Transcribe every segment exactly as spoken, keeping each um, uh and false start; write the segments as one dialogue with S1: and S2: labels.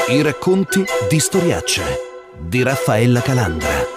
S1: I racconti di Storiacce di Raffaella Calandra.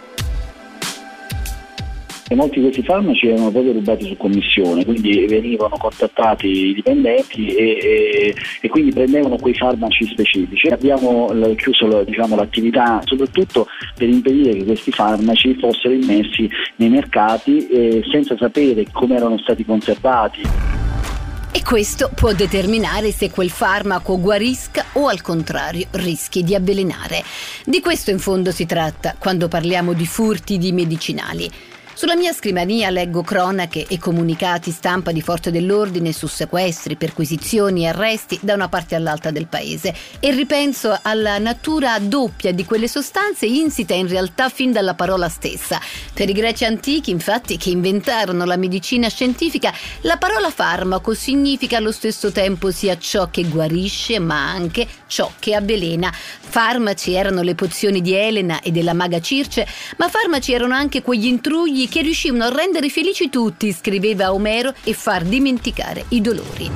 S2: E molti di questi farmaci erano proprio rubati su commissione, quindi venivano contattati i dipendenti e, e, e quindi prendevano quei farmaci specifici. Abbiamo chiuso diciamo, l'attività soprattutto per impedire che questi farmaci fossero immessi nei mercati eh, senza sapere come erano stati conservati.
S3: E questo può determinare se quel farmaco guarisca o al contrario rischi di avvelenare. Di questo in fondo si tratta quando parliamo di furti di medicinali. Sulla mia scrivania leggo cronache e comunicati stampa di forze dell'ordine su sequestri, perquisizioni e arresti da una parte all'altra del paese e ripenso alla natura doppia di quelle sostanze insita in realtà fin dalla parola stessa. Per i greci antichi, infatti, che inventarono la medicina scientifica, la parola farmaco significa allo stesso tempo sia ciò che guarisce ma anche ciò che avvelena. Farmaci erano le pozioni di Elena e della maga Circe, ma farmaci erano anche quegli intrugli che riuscivano a rendere felici tutti, scriveva Omero, e far dimenticare i dolori.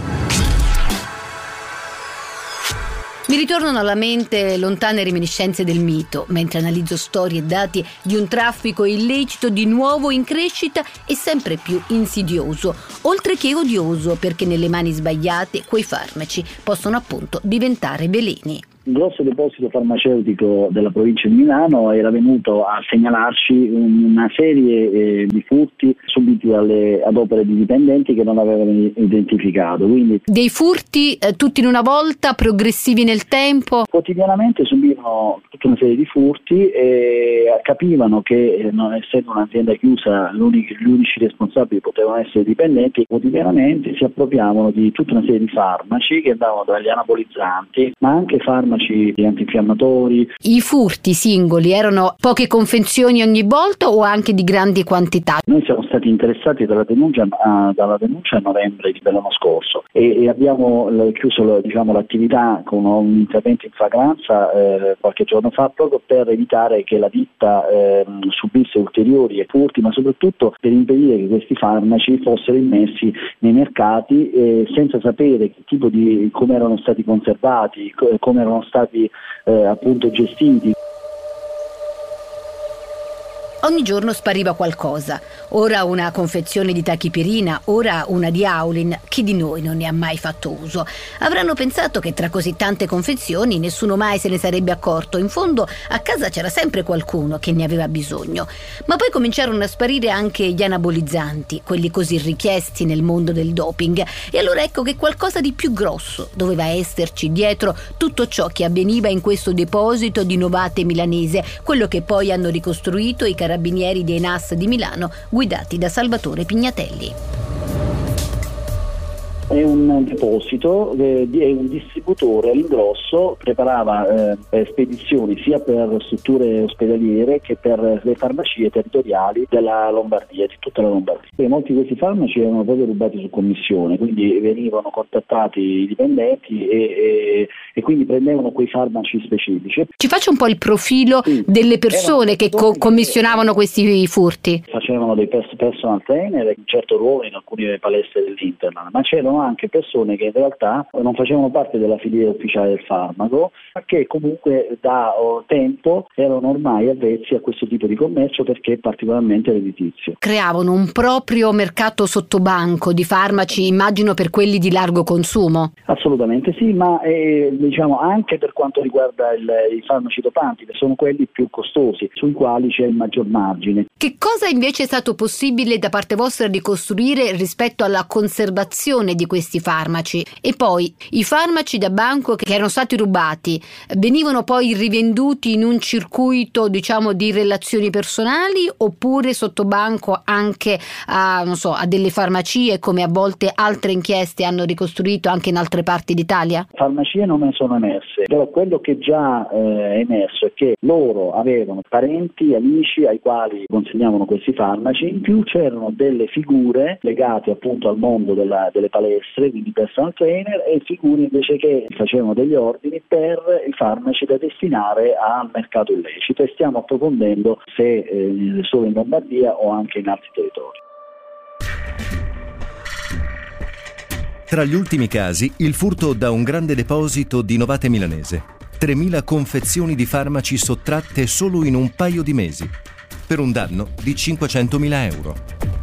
S3: Mi ritornano alla mente lontane reminiscenze del mito, mentre analizzo storie e dati di un traffico illecito di nuovo in crescita e sempre più insidioso, oltre che odioso, perché nelle mani sbagliate quei farmaci possono appunto diventare veleni.
S2: Un grosso deposito farmaceutico della provincia di Milano era venuto a segnalarci una serie eh, di furti subiti alle, ad opere di dipendenti che non avevano identificato. Quindi
S3: dei furti eh, tutti in una volta, progressivi nel tempo?
S2: Quotidianamente subivano tutta una serie di furti e capivano che eh, non essendo un'azienda chiusa l'unico, gli unici responsabili potevano essere i dipendenti. Quotidianamente si appropriavano di tutta una serie di farmaci che andavano dagli anabolizzanti ma anche farmaci antinfiammatori.
S3: I furti singoli erano poche confezioni ogni volta o anche di grandi quantità?
S2: Noi siamo stati interessati dalla denuncia, uh, dalla denuncia a novembre dell'anno scorso e, e abbiamo chiuso diciamo, l'attività con un intervento in flagranza eh, qualche giorno fa proprio per evitare che la ditta eh, subisse ulteriori furti, ma soprattutto per impedire che questi farmaci fossero immessi nei mercati eh, senza sapere che tipo di come erano stati conservati, come erano stati eh, appunto gestiti.
S3: Ogni giorno spariva qualcosa, ora una confezione di tachipirina, ora una di Aulin. Chi di noi non ne ha mai fatto uso? Avranno pensato che tra così tante confezioni nessuno mai se ne sarebbe accorto. In fondo a casa c'era sempre qualcuno che ne aveva bisogno. Ma poi cominciarono a sparire anche gli anabolizzanti, quelli così richiesti nel mondo del doping. E allora ecco che qualcosa di più grosso doveva esserci dietro tutto ciò che avveniva in questo deposito di Novate milanese, quello che poi hanno ricostruito i carabinieri dei N A S di Milano guidati da Salvatore Pignatelli.
S2: È un deposito, è un distributore all'ingrosso, preparava eh, spedizioni sia per strutture ospedaliere che per le farmacie territoriali della Lombardia, di tutta la Lombardia. E molti di questi farmaci erano proprio rubati su commissione, quindi venivano contattati i dipendenti e, e, e quindi prendevano quei farmaci specifici.
S3: Ci faccia un po' il profilo sì. delle persone che co- commissionavano questi furti.
S2: Facevano dei personal trainer, un certo ruolo in alcune palestre dell'Interland, ma c'erano anche persone che in realtà non facevano parte della filiera ufficiale del farmaco, ma che comunque da oh, tempo erano ormai avvezzi a questo tipo di commercio perché è particolarmente redditizio.
S3: Creavano un proprio mercato sottobanco di farmaci, immagino per quelli di largo consumo.
S2: Assolutamente sì, ma eh, diciamo anche per quanto riguarda il, i farmaci dopanti, che sono quelli più costosi, sui quali c'è il maggior margine.
S3: Che cosa invece è stato possibile da parte vostra ricostruire rispetto alla conservazione di questi farmaci? E poi i farmaci da banco che erano stati rubati venivano poi rivenduti in un circuito diciamo di relazioni personali oppure sotto banco anche a, non so, a delle farmacie come a volte altre inchieste hanno ricostruito anche in altre parti d'Italia?
S2: Farmacie non ne sono emerse, però quello che già eh, è emerso è che loro avevano parenti, amici ai quali consegnavano questi farmaci, in più c'erano delle figure legate appunto al mondo della, delle palestre, quindi personal trainer, e figure invece che facevano degli ordini per i farmaci da destinare al mercato illecito e stiamo approfondendo se eh, solo in Lombardia o anche in altri territori.
S4: Tra gli ultimi casi, il furto da un grande deposito di Novate milanese.
S1: tremila confezioni di farmaci sottratte solo in un paio di mesi, per un danno di cinquecentomila euro.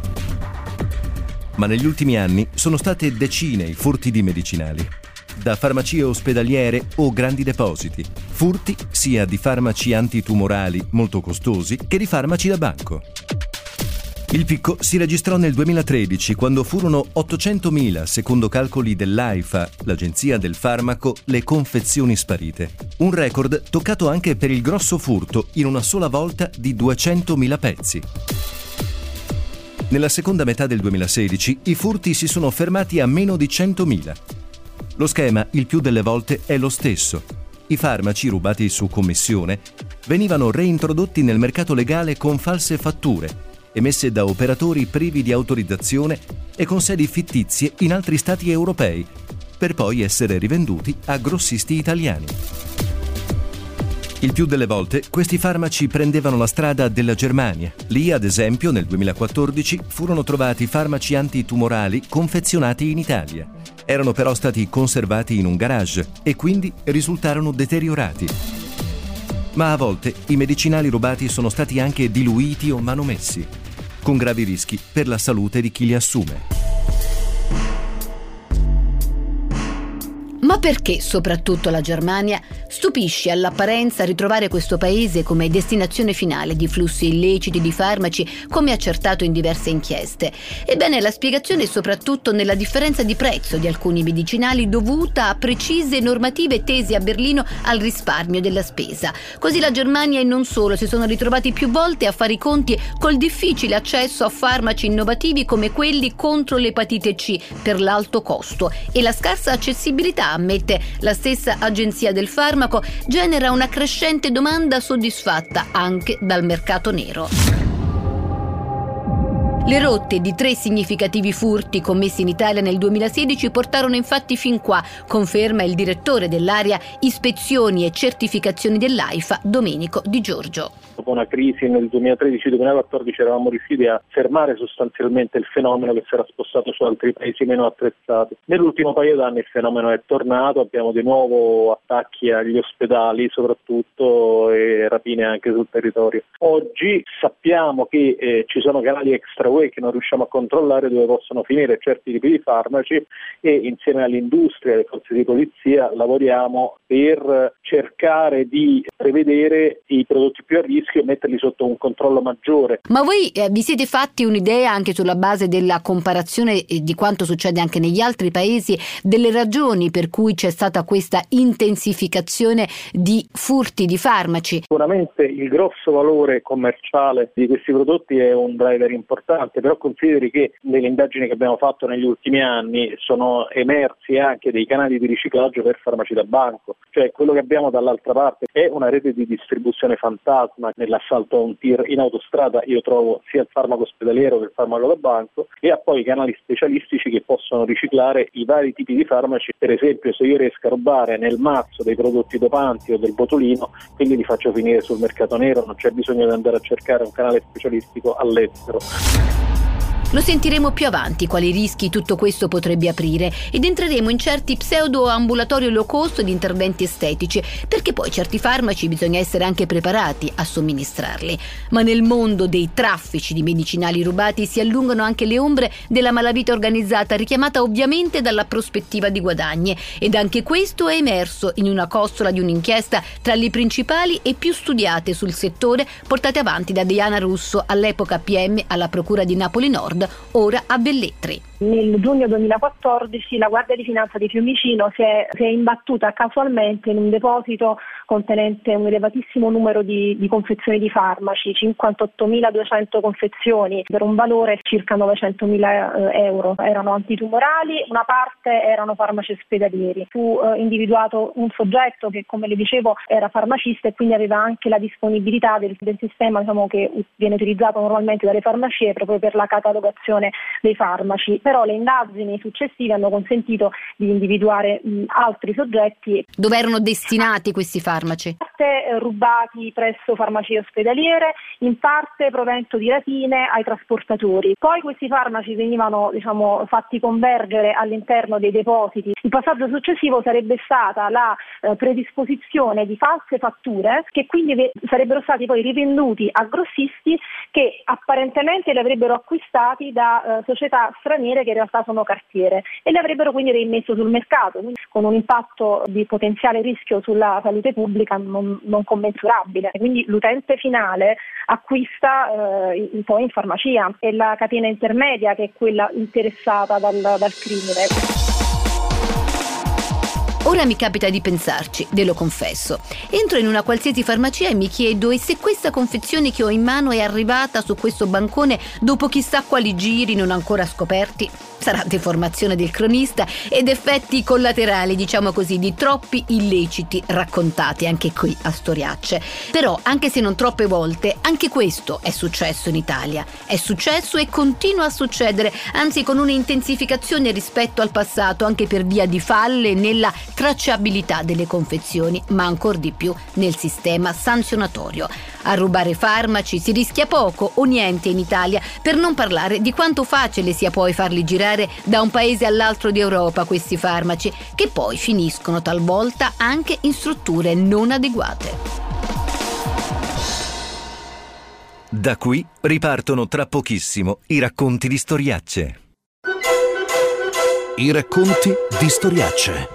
S1: Ma negli ultimi anni sono state decine i furti di medicinali, da farmacie ospedaliere o grandi depositi, furti sia di farmaci antitumorali molto costosi che di farmaci da banco. Il picco si registrò nel duemilatredici, quando furono ottocentomila, secondo calcoli dell'AIFA, l'Agenzia del Farmaco, le confezioni sparite. Un record toccato anche per il grosso furto in una sola volta di duecentomila pezzi. Nella seconda metà del duemilasedici i furti si sono fermati a meno di centomila. Lo schema il più delle volte è lo stesso. I farmaci rubati su commissione venivano reintrodotti nel mercato legale con false fatture, emesse da operatori privi di autorizzazione e con sedi fittizie in altri stati europei, per poi essere rivenduti a grossisti italiani. Il più delle volte questi farmaci prendevano la strada della Germania. Lì, ad esempio, nel duemilaquattordici furono trovati farmaci antitumorali confezionati in Italia. Erano però stati conservati in un garage e quindi risultarono deteriorati. Ma a volte i medicinali rubati sono stati anche diluiti o manomessi, con gravi rischi per la salute di chi li assume.
S3: Ma perché soprattutto la Germania? Stupisce all'apparenza ritrovare questo paese come destinazione finale di flussi illeciti di farmaci, come accertato in diverse inchieste. Ebbene, la spiegazione è soprattutto nella differenza di prezzo di alcuni medicinali dovuta a precise normative tese a Berlino al risparmio della spesa. Così la Germania e non solo si sono ritrovati più volte a fare i conti col difficile accesso a farmaci innovativi come quelli contro l'epatite C per l'alto costo, e la scarsa accessibilità, ammette la stessa Agenzia del Farmaco, genera una crescente domanda soddisfatta anche dal mercato nero. Le rotte di tre significativi furti commessi in Italia nel duemilasedici portarono infatti fin qua, conferma il direttore dell'area Ispezioni e Certificazioni dell'AIFA, Domenico Di Giorgio.
S4: Dopo una crisi nel duemilatredici duemilaquattordici eravamo riusciti a fermare sostanzialmente il fenomeno che si era spostato su altri paesi meno attrezzati. Nell'ultimo paio d'anni il fenomeno è tornato, abbiamo di nuovo attacchi agli ospedali soprattutto e rapine anche sul territorio. Oggi sappiamo che eh, ci sono canali extraway che non riusciamo a controllare dove possono finire certi tipi di farmaci, e insieme all'industria e alle forze di polizia lavoriamo per cercare di prevedere i prodotti più a rischio e metterli sotto un controllo maggiore.
S3: Ma voi eh, vi siete fatti un'idea, anche sulla base della comparazione eh, di quanto succede anche negli altri paesi, delle ragioni per cui c'è stata questa intensificazione di furti di farmaci?
S4: Sicuramente il grosso valore commerciale di questi prodotti è un driver importante, però consideri che nelle indagini che abbiamo fatto negli ultimi anni sono emersi anche dei canali di riciclaggio per farmaci da banco, cioè quello che abbiamo dall'altra parte è una rete di distribuzione fantasma. Nell'assalto a un tir in autostrada io trovo sia il farmaco ospedaliero che il farmaco da banco, e ha poi canali specialistici che possono riciclare i vari tipi di farmaci. Per esempio, se io riesco a rubare nel mazzo dei prodotti dopanti o del botulino, quindi li faccio finire sul mercato nero, non c'è bisogno di andare a cercare un canale specialistico all'estero.
S3: Lo sentiremo più avanti quali rischi tutto questo potrebbe aprire, ed entreremo in certi pseudo-ambulatori low cost di interventi estetici, perché poi certi farmaci bisogna essere anche preparati a somministrarli. Ma nel mondo dei traffici di medicinali rubati si allungano anche le ombre della malavita organizzata, richiamata ovviamente dalla prospettiva di guadagni, ed anche questo è emerso in una costola di un'inchiesta tra le principali e più studiate sul settore, portate avanti da Diana Russo, all'epoca P M alla Procura di Napoli Nord, ora a Velletri.
S5: Nel giugno duemilaquattordici la Guardia di Finanza di Fiumicino si è, si è imbattuta casualmente in un deposito contenente un elevatissimo numero di, di confezioni di farmaci, cinquantottomiladuecento confezioni per un valore circa novecentomila euro. Erano antitumorali, una parte erano farmaci ospedalieri. Fu eh, individuato un soggetto che, come le dicevo, era farmacista e quindi aveva anche la disponibilità del, del sistema, diciamo, che viene utilizzato normalmente dalle farmacie proprio per la catalogazione dei farmaci. Però le indagini successive hanno consentito di individuare mh, altri soggetti.
S3: Dove erano destinati questi farmaci?
S5: In parte eh, rubati presso farmacie ospedaliere, in parte provento di rapine ai trasportatori. Poi questi farmaci venivano, diciamo, fatti convergere all'interno dei depositi. Il passaggio successivo sarebbe stata la eh, predisposizione di false fatture che quindi ve- sarebbero stati poi rivenduti a grossisti che apparentemente li avrebbero acquistati da eh, società straniere che in realtà sono cartiere e li avrebbero quindi reimmesso sul mercato, quindi con un impatto di potenziale rischio sulla salute pubblica non, non commensurabile. Quindi l'utente finale acquista eh, poi in farmacia, è la catena intermedia che è quella interessata dal, dal crimine.
S3: Ora mi capita di pensarci, ve lo confesso. Entro in una qualsiasi farmacia e mi chiedo: e se questa confezione che ho in mano è arrivata su questo bancone dopo chissà quali giri non ancora scoperti? Sarà deformazione del cronista ed effetti collaterali, diciamo così, di troppi illeciti raccontati anche qui a storiacce. Però, anche se non troppe volte, anche questo è successo in Italia. È successo e continua a succedere, anzi con un'intensificazione rispetto al passato, anche per via di falle nella tracciabilità delle confezioni, ma ancor di più nel sistema sanzionatorio. A rubare farmaci si rischia poco o niente in Italia, per non parlare di quanto facile sia poi farli girare da un paese all'altro di Europa questi farmaci, che poi finiscono talvolta anche in strutture non adeguate.
S1: Da qui ripartono tra pochissimo i racconti di storiacce.
S6: I racconti di storiacce.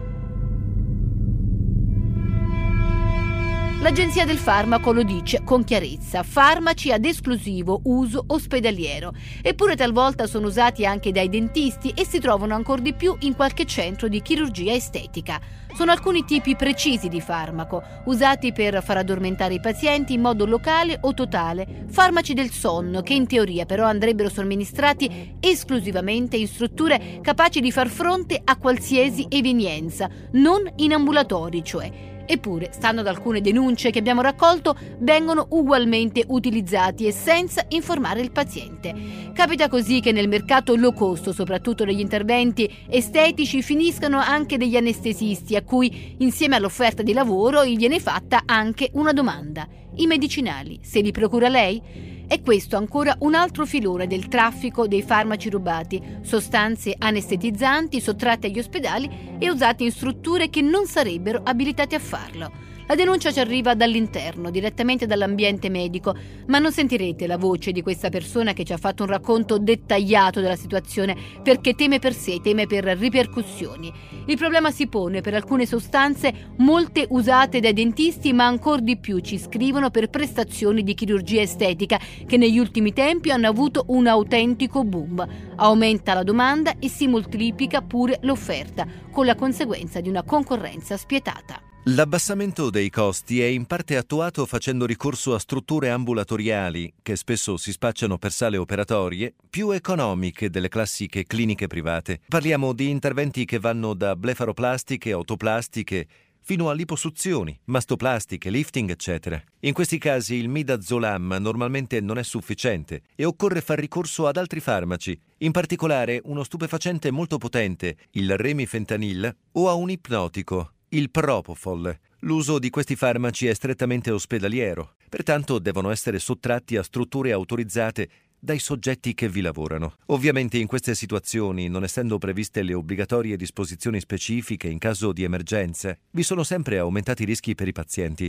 S3: L'Agenzia del Farmaco lo dice con chiarezza: farmaci ad esclusivo uso ospedaliero. Eppure talvolta sono usati anche dai dentisti e si trovano ancor di più in qualche centro di chirurgia estetica. Sono alcuni tipi precisi di farmaco, usati per far addormentare i pazienti in modo locale o totale, farmaci del sonno che in teoria però andrebbero somministrati esclusivamente in strutture capaci di far fronte a qualsiasi evenienza, non in ambulatori cioè. Eppure, stando ad alcune denunce che abbiamo raccolto, vengono ugualmente utilizzati e senza informare il paziente. Capita così che nel mercato low cost, soprattutto degli interventi estetici, finiscano anche degli anestesisti a cui, insieme all'offerta di lavoro, gli viene fatta anche una domanda: i medicinali se li procura lei? È questo ancora un altro filone del traffico dei farmaci rubati, sostanze anestetizzanti sottratte agli ospedali e usate in strutture che non sarebbero abilitate a farlo. La denuncia ci arriva dall'interno, direttamente dall'ambiente medico, ma non sentirete la voce di questa persona che ci ha fatto un racconto dettagliato della situazione perché teme per sé, teme per ripercussioni. Il problema si pone per alcune sostanze, molte usate dai dentisti, ma ancor di più ci scrivono per prestazioni di chirurgia estetica che negli ultimi tempi hanno avuto un autentico boom. Aumenta la domanda e si moltiplica pure l'offerta, con la conseguenza di una concorrenza spietata.
S1: L'abbassamento dei costi è in parte attuato facendo ricorso a strutture ambulatoriali, che spesso si spacciano per sale operatorie, più economiche delle classiche cliniche private. Parliamo di interventi che vanno da blefaroplastiche, autoplastiche, fino a liposuzioni, mastoplastiche, lifting, eccetera. In questi casi il midazolam normalmente non è sufficiente e occorre far ricorso ad altri farmaci, in particolare uno stupefacente molto potente, il remifentanil, o a un ipnotico, il propofol. L'uso di questi farmaci è strettamente ospedaliero, pertanto devono essere sottratti a strutture autorizzate dai soggetti che vi lavorano. Ovviamente in queste situazioni, non essendo previste le obbligatorie disposizioni specifiche in caso di emergenza, vi sono sempre aumentati rischi per i pazienti.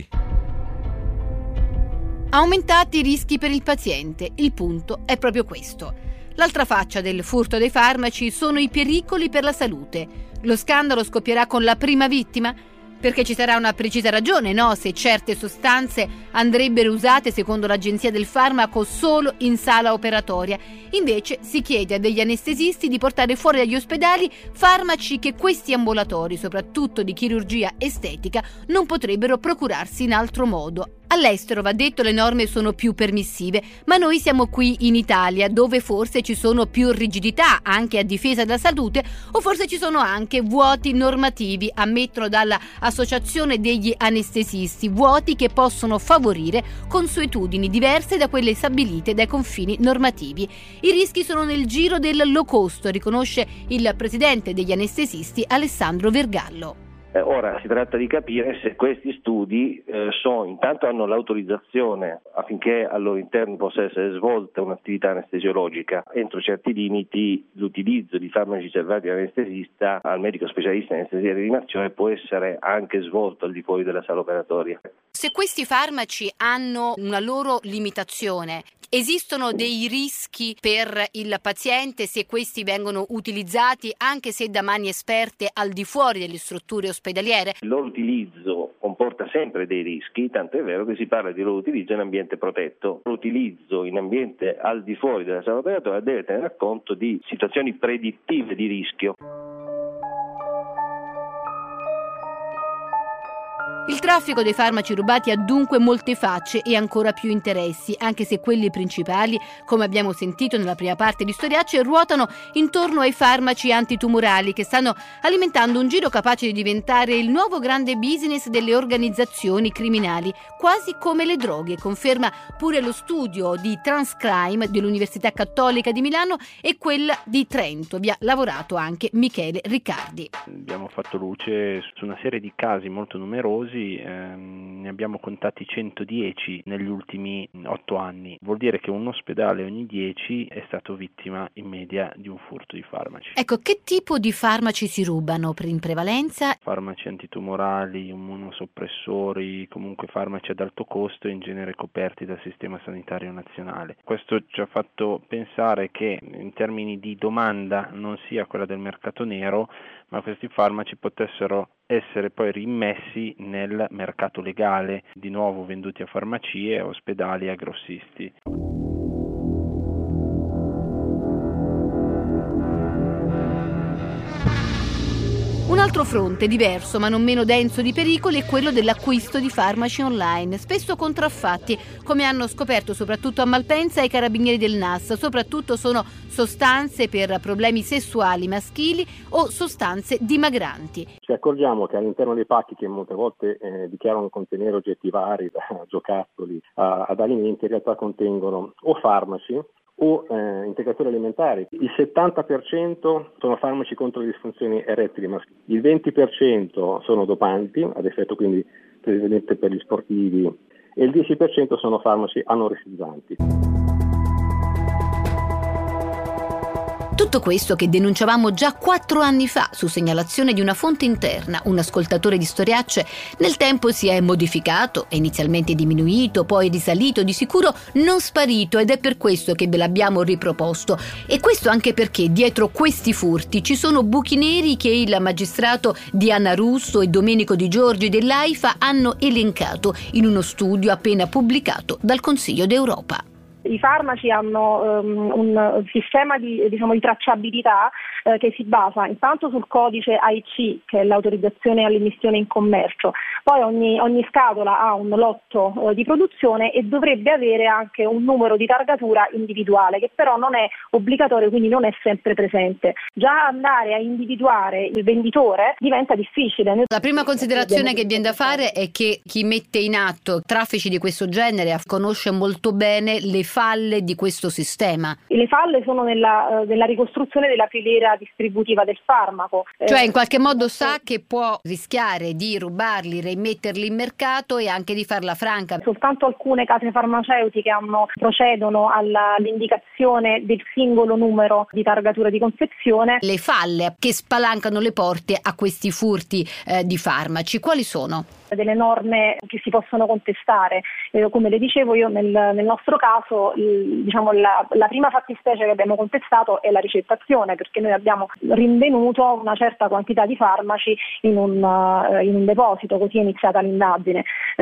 S3: Aumentati i rischi per il paziente, il punto è proprio questo. L'altra faccia del furto dei farmaci sono i pericoli per la salute. Lo scandalo scoppierà con la prima vittima? Perché ci sarà una precisa ragione, no? Se certe sostanze andrebbero usate, secondo l'Agenzia del Farmaco, solo in sala operatoria. Invece si chiede a degli anestesisti di portare fuori dagli ospedali farmaci che questi ambulatori, soprattutto di chirurgia estetica, non potrebbero procurarsi in altro modo. All'estero, va detto, le norme sono più permissive, ma noi siamo qui in Italia, dove forse ci sono più rigidità anche a difesa della salute, o forse ci sono anche vuoti normativi, ammettono dall'Associazione degli Anestesisti, vuoti che possono favorire consuetudini diverse da quelle stabilite dai confini normativi. I rischi sono nel giro del low cost, riconosce il presidente degli anestesisti Alessandro Vergallo.
S7: Eh, ora si tratta di capire se questi studi eh, sono, intanto hanno l'autorizzazione affinché al loro interno possa essere svolta un'attività anestesiologica. Entro certi limiti l'utilizzo di farmaci riservati all'anestesista, al medico specialista in anestesia e rianimazione, può essere anche svolto al di fuori della sala operatoria.
S3: Se questi farmaci hanno una loro limitazione, esistono dei rischi per il paziente se questi vengono utilizzati, anche se da mani esperte, al di fuori delle strutture ospedaliere?
S7: Il loro utilizzo comporta sempre dei rischi, tanto è vero che si parla di loro utilizzo in ambiente protetto. L'utilizzo in ambiente al di fuori della sala operatoria deve tenere conto di situazioni predittive di rischio.
S3: Il traffico dei farmaci rubati ha dunque molte facce e ancora più interessi, anche se quelli principali, come abbiamo sentito nella prima parte di Storiacce, ruotano intorno ai farmaci antitumorali che stanno alimentando un giro capace di diventare il nuovo grande business delle organizzazioni criminali, quasi come le droghe, conferma pure lo studio di Transcrime dell'Università Cattolica di Milano e quella di Trento. Vi ha lavorato anche Michele Riccardi.
S8: Abbiamo fatto luce su una serie di casi molto numerosi. Ehm, ne abbiamo contati centodieci negli ultimi otto anni. Vuol dire che un ospedale ogni dieci è stato vittima in media di un furto di farmaci.
S3: Ecco, che tipo di farmaci si rubano in prevalenza?
S8: Farmaci antitumorali, immunosoppressori, comunque farmaci ad alto costo, in genere coperti dal sistema sanitario nazionale. Questo ci ha fatto pensare che in termini di domanda non sia quella del mercato nero, ma questi farmaci potessero essere poi rimmessi nel mercato legale, di nuovo venduti a farmacie, a ospedali e a grossisti.
S3: Un altro fronte diverso ma non meno denso di pericoli è quello dell'acquisto di farmaci online, spesso contraffatti, come hanno scoperto soprattutto a Malpensa i carabinieri del N A S. Soprattutto sono sostanze per problemi sessuali maschili o sostanze dimagranti.
S9: Ci accorgiamo che all'interno dei pacchi, che molte volte eh, dichiarano contenere oggetti vari, da giocattoli a, ad alimenti, in realtà contengono o farmaci o eh, integratori alimentari. Il settanta per cento sono farmaci contro le disfunzioni erettili maschili, il venti per cento sono dopanti, ad effetto quindi prevedente per gli sportivi, e il dieci per cento sono farmaci anoressizzanti.
S3: Tutto questo che denunciavamo già quattro anni fa su segnalazione di una fonte interna, un ascoltatore di Storiacce, nel tempo si è modificato, è inizialmente diminuito, poi risalito, di sicuro non sparito, ed è per questo che ve l'abbiamo riproposto. E questo anche perché dietro questi furti ci sono buchi neri che il magistrato Diana Russo e Domenico Di Giorgi dell'AIFA hanno elencato in uno studio appena pubblicato dal Consiglio d'Europa.
S5: I farmaci hanno um, un sistema di, diciamo, di tracciabilità eh, che si basa intanto sul codice A I C, che è l'autorizzazione all'immissione in commercio. Poi ogni, ogni scatola ha un lotto eh, di produzione e dovrebbe avere anche un numero di targatura individuale, che però non è obbligatorio, quindi non è sempre presente. Già andare a individuare il venditore diventa difficile.
S3: La prima considerazione che viene da fare è che chi mette in atto traffici di questo genere conosce molto bene le falle di questo sistema.
S5: Le falle sono nella, nella ricostruzione della filiera distributiva del farmaco.
S3: Cioè in qualche modo sa che può rischiare di rubarli, rimetterli in mercato e anche di farla franca.
S5: Soltanto alcune case farmaceutiche hanno, procedono alla, all'indicazione del singolo numero di targatura di confezione.
S3: Le falle che spalancano le porte a questi furti eh, di farmaci, quali sono?
S5: Delle norme che si possono contestare. Eh, come le dicevo io, nel, nel nostro caso il, diciamo, la, la prima fattispecie che abbiamo contestato è la ricettazione, perché noi abbiamo rinvenuto una certa quantità di farmaci in un, uh, in un deposito, così è iniziata l'indagine.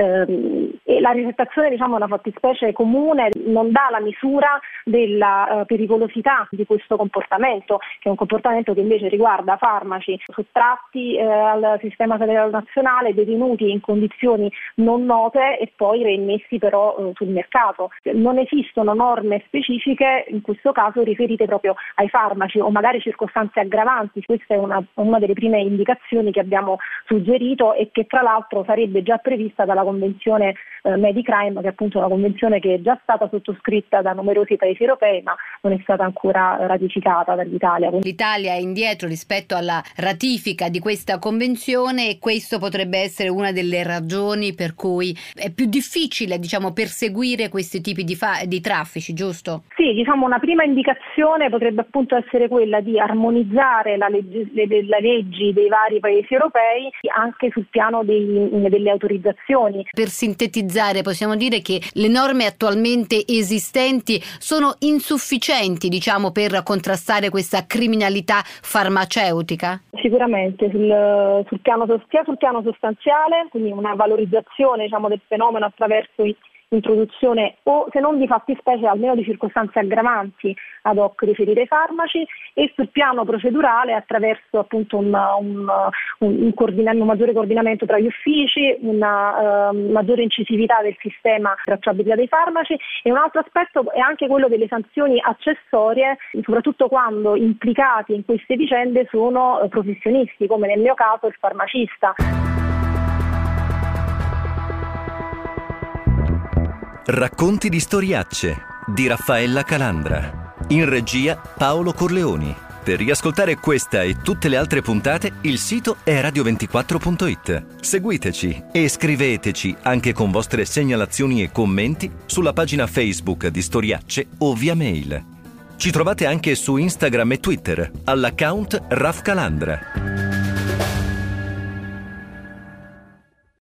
S5: Eh, e la ricettazione, diciamo, è una fattispecie comune, non dà la misura della uh, pericolosità di questo comportamento, che è un comportamento che invece riguarda farmaci sottratti eh, al sistema sanitario nazionale, detenuti in condizioni non note e poi reimmessi però eh, sul mercato. Non esistono norme specifiche in questo caso riferite proprio ai farmaci o magari circostanze aggravanti. Questa è una, una delle prime indicazioni che abbiamo suggerito e che tra l'altro sarebbe già prevista dalla Convenzione eh, Medicrime, che è appunto una convenzione che è già stata sottoscritta da numerosi paesi europei, ma non è stata ancora ratificata dall'Italia.
S3: L'Italia è indietro rispetto alla ratifica di questa convenzione e questo potrebbe essere una delle ragioni per cui è più difficile, diciamo, perseguire questi tipi di, fa- di traffici, giusto?
S5: Sì, diciamo una prima indicazione potrebbe appunto essere quella di armonizzare la legge, le, le leggi dei vari paesi europei anche sul piano dei, delle autorizzazioni.
S3: Per sintetizzare, possiamo dire che le norme attualmente esistenti sono insufficienti, diciamo, per contrastare questa criminalità farmaceutica?
S5: Sicuramente sul, sul piano, sia sul piano sostanziale, quindi una valorizzazione, diciamo, del fenomeno attraverso introduzione o, se non di fattispecie, almeno di circostanze aggravanti ad hoc riferire ai farmaci, e sul piano procedurale attraverso appunto un, un, un, un, coordinam- un maggiore coordinamento tra gli uffici, una uh, maggiore incisività del sistema di tracciabilità dei farmaci, e un altro aspetto è anche quello delle sanzioni accessorie, soprattutto quando implicati in queste vicende sono uh, professionisti, come nel mio caso il farmacista.
S1: Racconti di storiacce di Raffaella Calandra. In regia Paolo Corleoni. Per riascoltare questa e tutte le altre puntate il sito è radio ventiquattro punto it. Seguiteci e scriveteci anche con vostre segnalazioni e commenti sulla pagina Facebook di Storiacce o via mail. Ci trovate anche su Instagram e Twitter all'account Raf Calandra.